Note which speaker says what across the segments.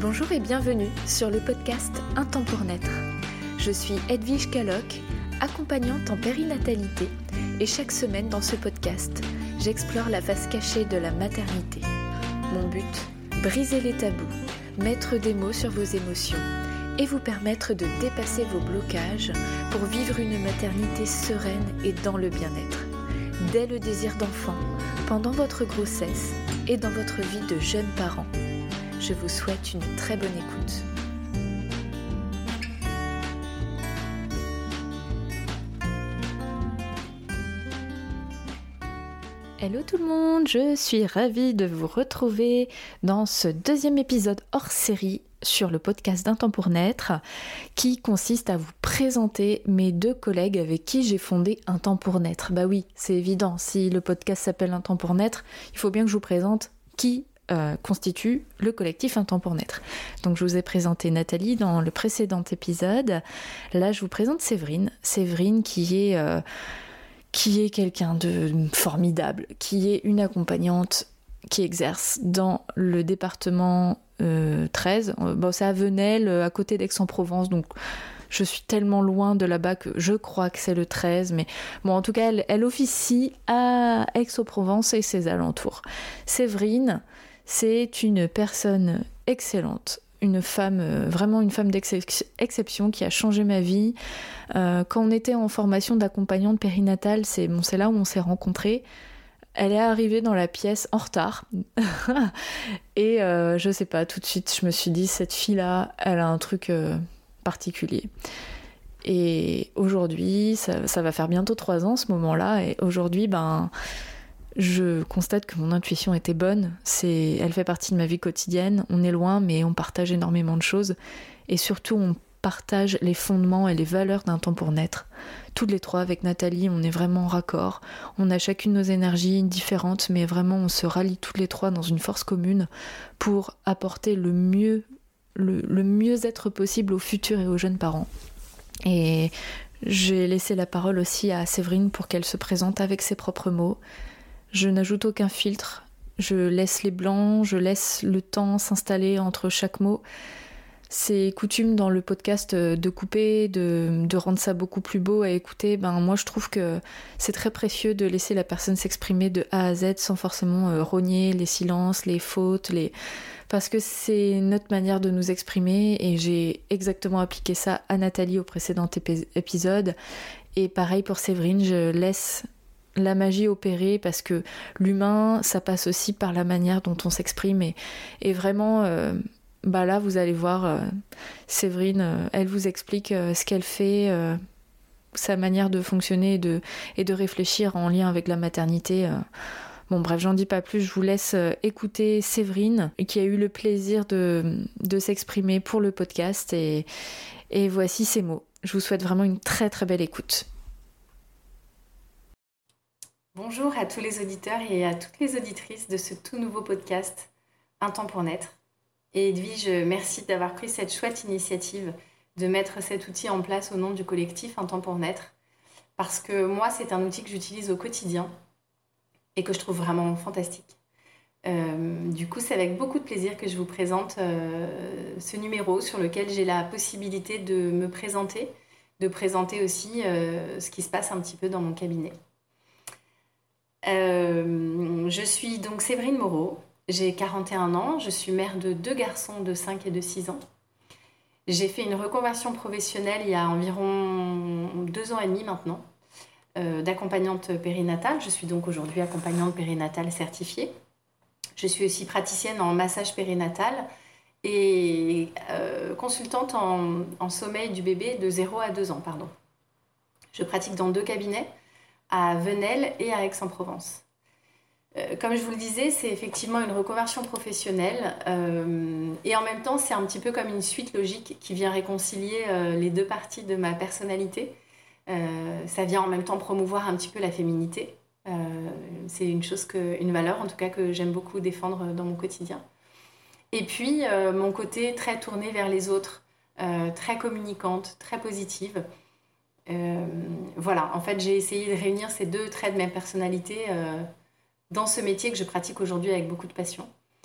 Speaker 1: Bonjour et bienvenue sur le podcast Un temps pour naître. Je suis Edwige Caloc, accompagnante en périnatalité et chaque semaine dans ce podcast, j'explore la face cachée de la maternité. Mon but, briser les tabous, mettre des mots sur vos émotions et vous permettre de dépasser vos blocages pour vivre une maternité sereine et dans le bien-être. Dès le désir d'enfant, pendant votre grossesse et dans votre vie de jeune parent. Je vous souhaite une très bonne écoute. Hello tout le monde, je suis ravie de vous retrouver dans ce deuxième épisode hors série sur le podcast d'Un temps pour naître qui consiste à vous présenter mes deux collègues avec qui j'ai fondé Un temps pour naître. Bah oui, c'est évident, si le podcast s'appelle Un temps pour naître, il faut bien que je vous présente qui constitue le collectif Un temps pour naître. Donc je vous ai présenté Nathalie dans le précédent épisode. Là je vous présente Séverine. Séverine qui est quelqu'un de formidable, qui est une accompagnante qui exerce dans le département 13. Bon, c'est à Venelle, à côté d'Aix-en-Provence, donc je suis tellement loin de là-bas que je crois que c'est le 13, mais bon, en tout cas, elle officie à Aix-en-Provence et ses alentours. Séverine, c'est une personne excellente, une femme, vraiment une femme d'exception qui a changé ma vie. Quand on était en formation d'accompagnante périnatale, c'est là où on s'est rencontrés. Elle est arrivée dans la pièce en retard. Et je sais pas, tout de suite, je me suis dit, cette fille-là, elle a un truc particulier. Et aujourd'hui, ça va faire bientôt 3 ans, ce moment-là. Et aujourd'hui, je constate que mon intuition était bonne. Elle fait partie de ma vie quotidienne. On est loin, mais on partage énormément de choses. Et surtout, on partage les fondements et les valeurs d'Un temps pour naître. Toutes les trois, avec Nathalie, on est vraiment en raccord. On a chacune nos énergies différentes, mais vraiment, on se rallie toutes les trois dans une force commune pour apporter le mieux-être possible aux futurs et aux jeunes parents. Et j'ai laissé la parole aussi à Séverine pour qu'elle se présente avec ses propres mots. Je n'ajoute aucun filtre, je laisse les blancs, je laisse le temps s'installer entre chaque mot. C'est coutume dans le podcast de couper, de rendre ça beaucoup plus beau à écouter. Moi je trouve que c'est très précieux de laisser la personne s'exprimer de A à Z sans forcément rogner les silences, les fautes, parce que c'est notre manière de nous exprimer et j'ai exactement appliqué ça à Nathalie au précédent épisode. Et pareil pour Séverine, je laisse la magie opérer parce que l'humain, ça passe aussi par la manière dont on s'exprime et vraiment, là vous allez voir, Séverine, elle vous explique ce qu'elle fait, sa manière de fonctionner et de réfléchir en lien avec la maternité. Bon bref, j'en dis pas plus, je vous laisse écouter Séverine qui a eu le plaisir de s'exprimer pour le podcast et voici ses mots. Je vous souhaite vraiment une très très belle écoute.
Speaker 2: Bonjour à tous les auditeurs et à toutes les auditrices de ce tout nouveau podcast Un temps pour naître. Et Edwige, merci d'avoir pris cette chouette initiative de mettre cet outil en place au nom du collectif Un temps pour naître. Parce que moi, c'est un outil que j'utilise au quotidien et que je trouve vraiment fantastique. Du coup, c'est avec beaucoup de plaisir que je vous présente ce numéro sur lequel j'ai la possibilité de me présenter, de présenter aussi ce qui se passe un petit peu dans mon cabinet. Je suis donc Séverine Moreau, j'ai 41 ans, je suis mère de 2 garçons de 5 et de 6 ans. J'ai fait une reconversion professionnelle il y a environ 2 ans et demi maintenant, d'accompagnante périnatale. Je suis donc aujourd'hui accompagnante périnatale certifiée. Je suis aussi praticienne en massage périnatal et consultante en sommeil du bébé de 0 à 2 ans. Je pratique dans 2 cabinets, à Venelle et à Aix-en-Provence. Comme je vous le disais, c'est effectivement une reconversion professionnelle et en même temps, c'est un petit peu comme une suite logique qui vient réconcilier les 2 parties de ma personnalité. Ça vient en même temps promouvoir un petit peu la féminité. C'est une valeur en tout cas que j'aime beaucoup défendre dans mon quotidien. Et puis, mon côté très tourné vers les autres, très communicante, très positive. Voilà, en fait, j'ai essayé de réunir ces 2 traits de ma personnalité dans ce métier que je pratique aujourd'hui avec beaucoup de passion.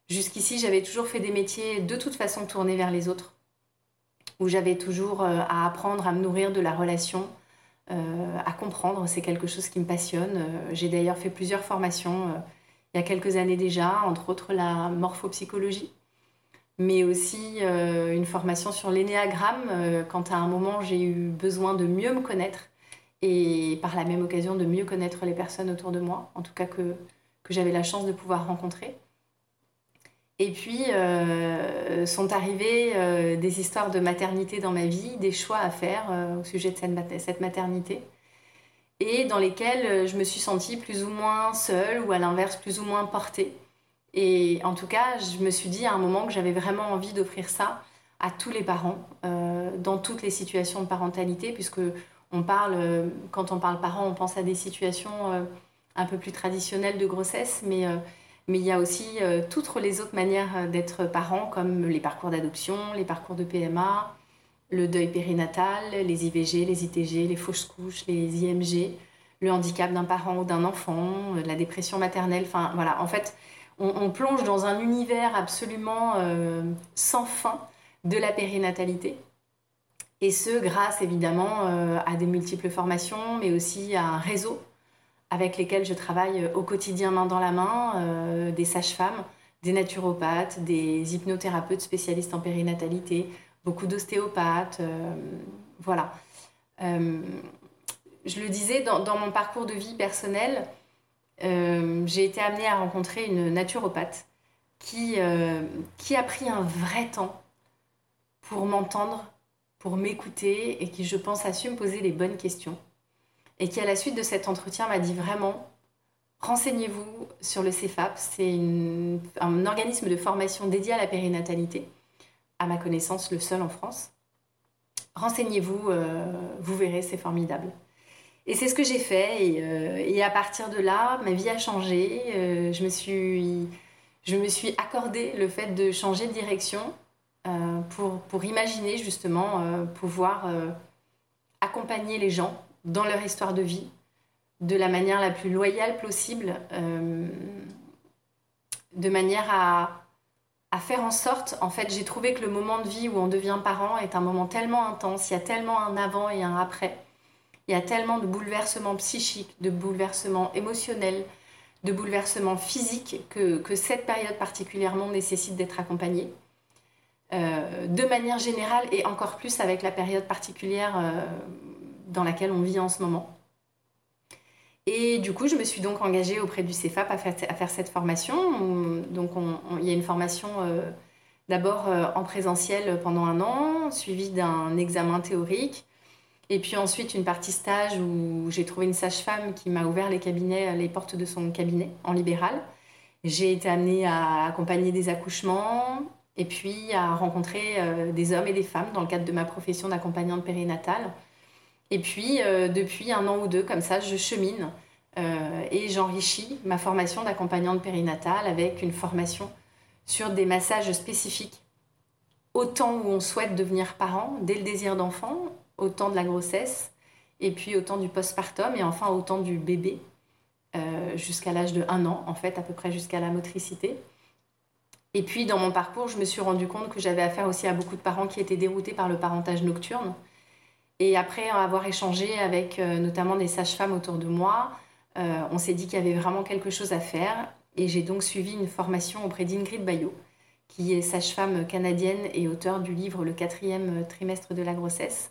Speaker 2: Jusqu'ici, j'avais toujours fait des métiers de toute façon tournés vers les autres, où j'avais toujours à apprendre à me nourrir de la relation, à comprendre. C'est quelque chose qui me passionne. J'ai d'ailleurs fait plusieurs formations il y a quelques années déjà, entre autres la morphopsychologie, mais aussi une formation sur l'énéagramme, quand à un moment j'ai eu besoin de mieux me connaître et par la même occasion de mieux connaître les personnes autour de moi, en tout cas que j'avais la chance de pouvoir rencontrer. Et puis sont arrivées des histoires de maternité dans ma vie, des choix à faire au sujet de cette maternité, et dans lesquels je me suis sentie plus ou moins seule ou à l'inverse plus ou moins portée. Et en tout cas, je me suis dit à un moment que j'avais vraiment envie d'offrir ça à tous les parents, dans toutes les situations de parentalité, puisque quand on parle parents, on pense à des situations un peu plus traditionnelles de grossesse, mais il y a aussi toutes les autres manières d'être parent, comme les parcours d'adoption, les parcours de PMA, le deuil périnatal, les IVG, les ITG, les fausses couches, les IMG, le handicap d'un parent ou d'un enfant, la dépression maternelle. Enfin, voilà, en fait, on plonge dans un univers absolument sans fin de la périnatalité. Et ce, grâce évidemment à des multiples formations, mais aussi à un réseau avec lesquels je travaille au quotidien main dans la main, des sages-femmes, des naturopathes, des hypnothérapeutes spécialistes en périnatalité, beaucoup d'ostéopathes, voilà. Je le disais, dans mon parcours de vie personnel, j'ai été amenée à rencontrer une naturopathe qui a pris un vrai temps pour m'entendre, pour m'écouter et qui, je pense, a su me poser les bonnes questions. Et qui, à la suite de cet entretien, m'a dit vraiment, renseignez-vous sur le CEFAP. C'est un organisme de formation dédié à la périnatalité, à ma connaissance le seul en France. Renseignez-vous, vous verrez, c'est formidable. Et c'est ce que j'ai fait. Et à partir de là, ma vie a changé. Je me suis accordé le fait de changer de direction pour imaginer justement pouvoir accompagner les gens dans leur histoire de vie, de la manière la plus loyale possible, de manière à faire en sorte, en fait, j'ai trouvé que le moment de vie où on devient parent est un moment tellement intense, il y a tellement un avant et un après, il y a tellement de bouleversements psychiques, de bouleversements émotionnels, de bouleversements physiques que cette période particulièrement nécessite d'être accompagnée. De manière générale et encore plus avec la période particulière dans laquelle on vit en ce moment. Et du coup, je me suis donc engagée auprès du CEFAP à faire cette formation. Donc, il y a une formation d'abord en présentiel pendant 1 an, suivie d'un examen théorique. Et puis ensuite, une partie stage où j'ai trouvé une sage-femme qui m'a ouvert les portes de son cabinet en libéral. J'ai été amenée à accompagner des accouchements et puis à rencontrer des hommes et des femmes dans le cadre de ma profession d'accompagnante périnatale. Et puis, depuis 1 an ou 2, comme ça, je chemine et j'enrichis ma formation d'accompagnante périnatale avec une formation sur des massages spécifiques au temps où on souhaite devenir parent, dès le désir d'enfant, au temps de la grossesse, et puis au temps du postpartum, et enfin au temps du bébé, jusqu'à l'âge de 1 an, en fait, à peu près jusqu'à la motricité. Et puis, dans mon parcours, je me suis rendu compte que j'avais affaire aussi à beaucoup de parents qui étaient déroutés par le parentage nocturne. Et après avoir échangé avec notamment des sages-femmes autour de moi, on s'est dit qu'il y avait vraiment quelque chose à faire. Et j'ai donc suivi une formation auprès d'Ingrid Baillot, qui est sage-femme canadienne et auteure du livre Le 4e trimestre de la grossesse,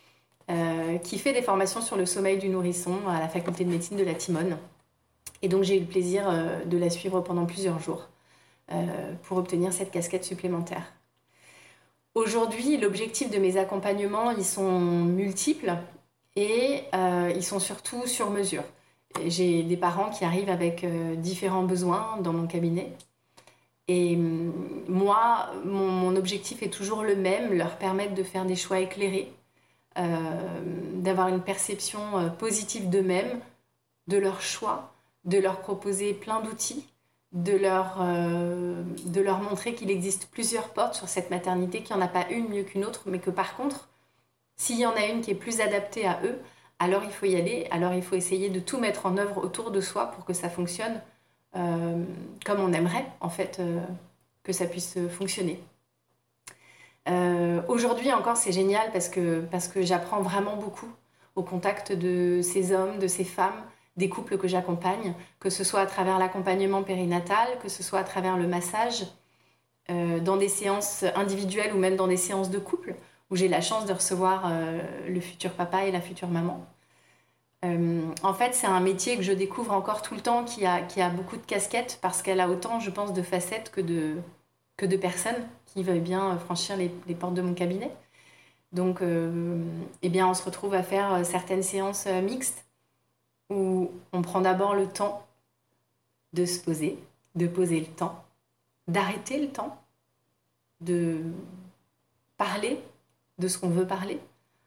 Speaker 2: qui fait des formations sur le sommeil du nourrisson à la faculté de médecine de la Timone. Et donc j'ai eu le plaisir de la suivre pendant plusieurs jours pour obtenir cette casquette supplémentaire. Aujourd'hui, l'objectif de mes accompagnements, ils sont multiples et ils sont surtout sur mesure. J'ai des parents qui arrivent avec différents besoins dans mon cabinet. Et moi, mon objectif est toujours le même, leur permettre de faire des choix éclairés, d'avoir une perception positive d'eux-mêmes, de leurs choix, de leur proposer plein d'outils, de leur montrer qu'il existe plusieurs portes sur cette maternité, qu'il n'y en a pas une mieux qu'une autre, mais que par contre, s'il y en a une qui est plus adaptée à eux, alors il faut y aller, alors il faut essayer de tout mettre en œuvre autour de soi pour que ça fonctionne comme on aimerait, en fait, que ça puisse fonctionner. Aujourd'hui encore, c'est génial parce que j'apprends vraiment beaucoup au contact de ces hommes, de ces femmes, des couples que j'accompagne, que ce soit à travers l'accompagnement périnatal, que ce soit à travers le massage, dans des séances individuelles ou même dans des séances de couple, où j'ai la chance de recevoir le futur papa et la future maman. En fait, c'est un métier que je découvre encore tout le temps, qui a beaucoup de casquettes, parce qu'elle a autant, je pense, de facettes que de personnes qui veulent bien franchir les portes de mon cabinet. Donc, eh bien, on se retrouve à faire certaines séances mixtes, où on prend d'abord le temps de se poser, de poser le temps, d'arrêter le temps, de parler de ce qu'on veut parler,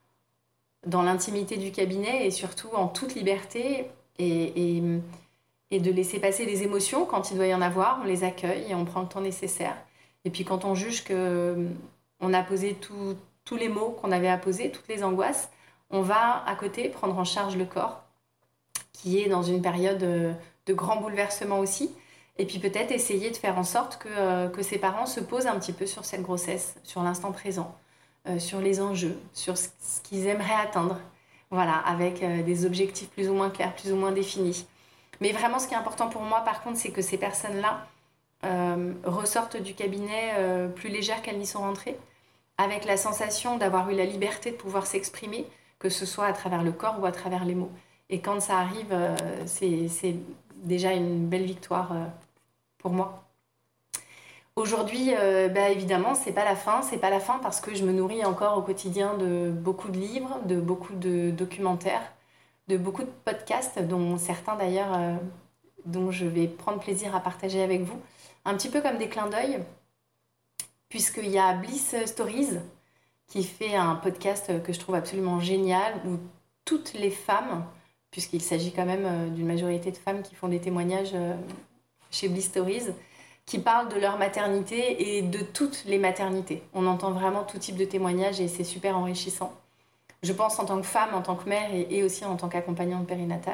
Speaker 2: dans l'intimité du cabinet et surtout en toute liberté, et de laisser passer les émotions quand il doit y en avoir, on les accueille et on prend le temps nécessaire. Et puis quand on juge qu'on a posé tous les mots qu'on avait à poser, toutes les angoisses, on va à côté prendre en charge le corps, qui est dans une période de grand bouleversement aussi, et puis peut-être essayer de faire en sorte que ses parents se posent un petit peu sur cette grossesse, sur l'instant présent, sur les enjeux, sur ce qu'ils aimeraient atteindre, voilà, avec des objectifs plus ou moins clairs, plus ou moins définis. Mais vraiment, ce qui est important pour moi, par contre, c'est que ces personnes-là ressortent du cabinet plus légères qu'elles n'y sont rentrées, avec la sensation d'avoir eu la liberté de pouvoir s'exprimer, que ce soit à travers le corps ou à travers les mots. Et quand ça arrive, c'est déjà une belle victoire pour moi. Aujourd'hui, évidemment, c'est pas la fin parce que je me nourris encore au quotidien de beaucoup de livres, de beaucoup de documentaires, de beaucoup de podcasts, dont certains d'ailleurs, dont je vais prendre plaisir à partager avec vous, un petit peu comme des clins d'œil, puisqu'il y a Bliss Stories, qui fait un podcast que je trouve absolument génial, où toutes les femmes, puisqu'il s'agit quand même d'une majorité de femmes qui font des témoignages chez Bliss Stories, qui parlent de leur maternité et de toutes les maternités. On entend vraiment tout type de témoignages et c'est super enrichissant. Je pense en tant que femme, en tant que mère et aussi en tant qu'accompagnante périnatale.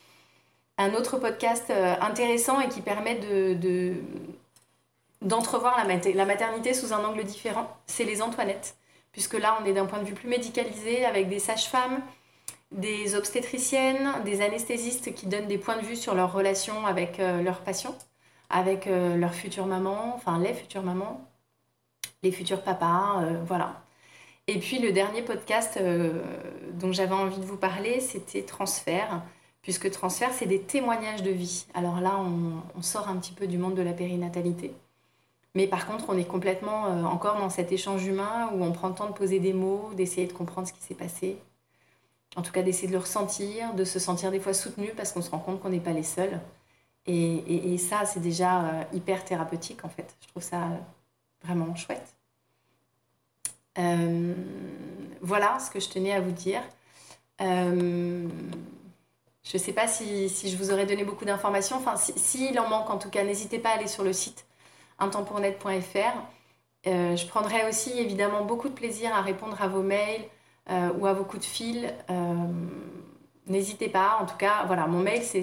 Speaker 2: Un autre podcast intéressant et qui permet d'entrevoir la maternité sous un angle différent, c'est Les Antoinettes. Puisque là, on est d'un point de vue plus médicalisé, avec des sages-femmes, des obstétriciennes, des anesthésistes qui donnent des points de vue sur leur relation avec leurs patients, avec leurs futures mamans, enfin les futures mamans, les futurs papas, voilà. Et puis le dernier podcast dont j'avais envie de vous parler, c'était Transfert, puisque Transfert, c'est des témoignages de vie. Alors là, on sort un petit peu du monde de la périnatalité. Mais par contre, on est complètement encore dans cet échange humain où on prend le temps de poser des mots, d'essayer de comprendre ce qui s'est passé. En tout cas, d'essayer de le ressentir, de se sentir des fois soutenu parce qu'on se rend compte qu'on n'est pas les seuls. Et ça, c'est déjà hyper thérapeutique, en fait. Je trouve ça vraiment chouette. Voilà ce que je tenais à vous dire. Je ne sais pas si je vous aurais donné beaucoup d'informations. Enfin, s'il en manque, en tout cas, n'hésitez pas à aller sur le site untempournaître.fr. Je prendrai aussi, évidemment, beaucoup de plaisir à répondre à vos mails ou à vos coups de fil. N'hésitez pas. En tout cas, voilà, mon mail, c'est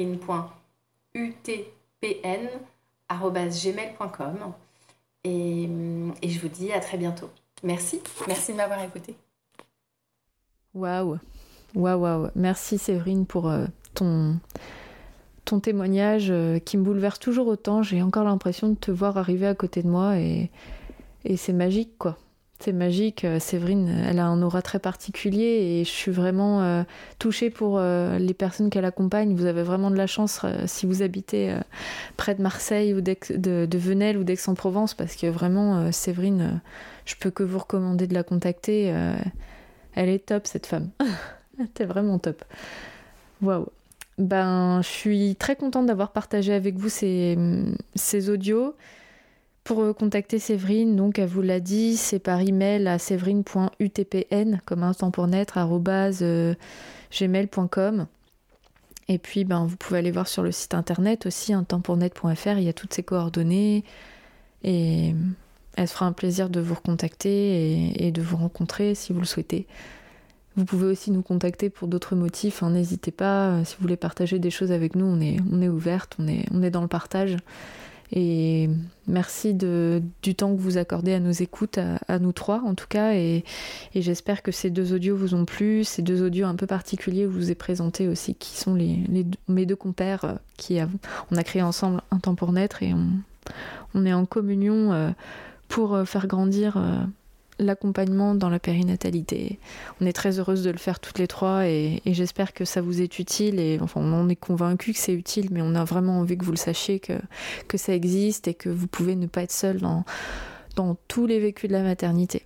Speaker 2: séverine.utpn@gmail.com. Et je vous dis à très bientôt. Merci de m'avoir écouté.
Speaker 1: Waouh. Merci Séverine pour ton témoignage qui me bouleverse toujours autant. J'ai encore l'impression de te voir arriver à côté de moi et c'est magique, quoi. C'est magique. Séverine, elle a un aura très particulier et je suis vraiment touchée pour les personnes qu'elle accompagne. Vous avez vraiment de la chance si vous habitez près de Marseille ou de Venelle ou d'Aix-en-Provence, parce que vraiment, Séverine, je peux que vous recommander de la contacter. Elle est top, cette femme. T'es vraiment top. Waouh. Je suis très contente d'avoir partagé avec vous ces audios. Pour contacter Séverine, donc elle vous l'a dit, c'est par email à séverine.utpn comme un temps pour naître @gmail.com. Et puis vous pouvez aller voir sur le site internet aussi, untempournaître.fr, il y a toutes ses coordonnées et elle se fera un plaisir de vous recontacter et de vous rencontrer si vous le souhaitez. Vous pouvez aussi nous contacter pour d'autres motifs, n'hésitez pas, si vous voulez partager des choses avec nous, on est ouverte, on est dans le partage. Et merci du temps que vous accordez à nos écoutes, à nous trois en tout cas, et j'espère que ces 2 audios vous ont plu, ces 2 audios un peu particuliers où je vous ai présenté aussi qui sont mes 2 compères on a créé ensemble Un temps pour naître, et on est en communion pour faire grandir l'accompagnement dans la périnatalité. On est très heureuse de le faire toutes les 3 et j'espère que ça vous est utile, et enfin on en est convaincus que c'est utile, mais on a vraiment envie que vous le sachiez, que ça existe et que vous pouvez ne pas être seul dans tous les vécus de la maternité.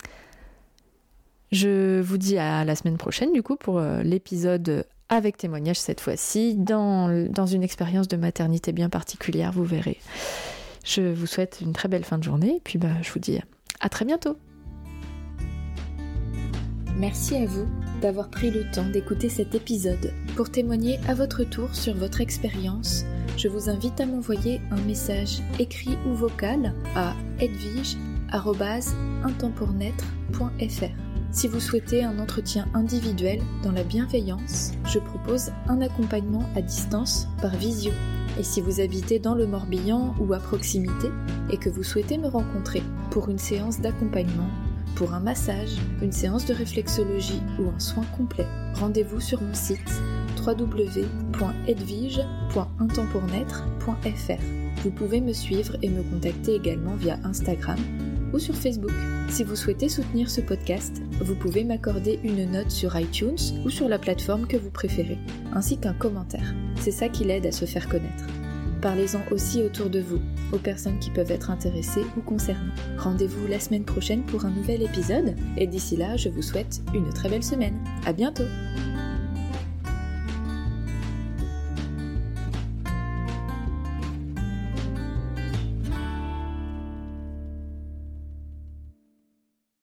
Speaker 1: Je vous dis à la semaine prochaine du coup pour l'épisode avec témoignage cette fois-ci, dans une expérience de maternité bien particulière, vous verrez. Je vous souhaite une très belle fin de journée, et puis je vous dis à très bientôt. Merci à vous d'avoir pris le temps d'écouter cet épisode. Pour témoigner à votre tour sur votre expérience, je vous invite à m'envoyer un message écrit ou vocal à edwige@untempspournaître.fr. Si vous souhaitez un entretien individuel dans la bienveillance, je propose un accompagnement à distance par visio. Et si vous habitez dans le Morbihan ou à proximité et que vous souhaitez me rencontrer pour une séance d'accompagnement, pour un massage, une séance de réflexologie ou un soin complet, rendez-vous sur mon site www.edwige.untempspournaître.fr. Vous pouvez me suivre et me contacter également via Instagram ou sur Facebook. Si vous souhaitez soutenir ce podcast, vous pouvez m'accorder une note sur iTunes ou sur la plateforme que vous préférez, ainsi qu'un commentaire. C'est ça qui l'aide à se faire connaître. Parlez-en aussi autour de vous, aux personnes qui peuvent être intéressées ou concernées. Rendez-vous la semaine prochaine pour un nouvel épisode, et d'ici là, je vous souhaite une très belle semaine. À bientôt!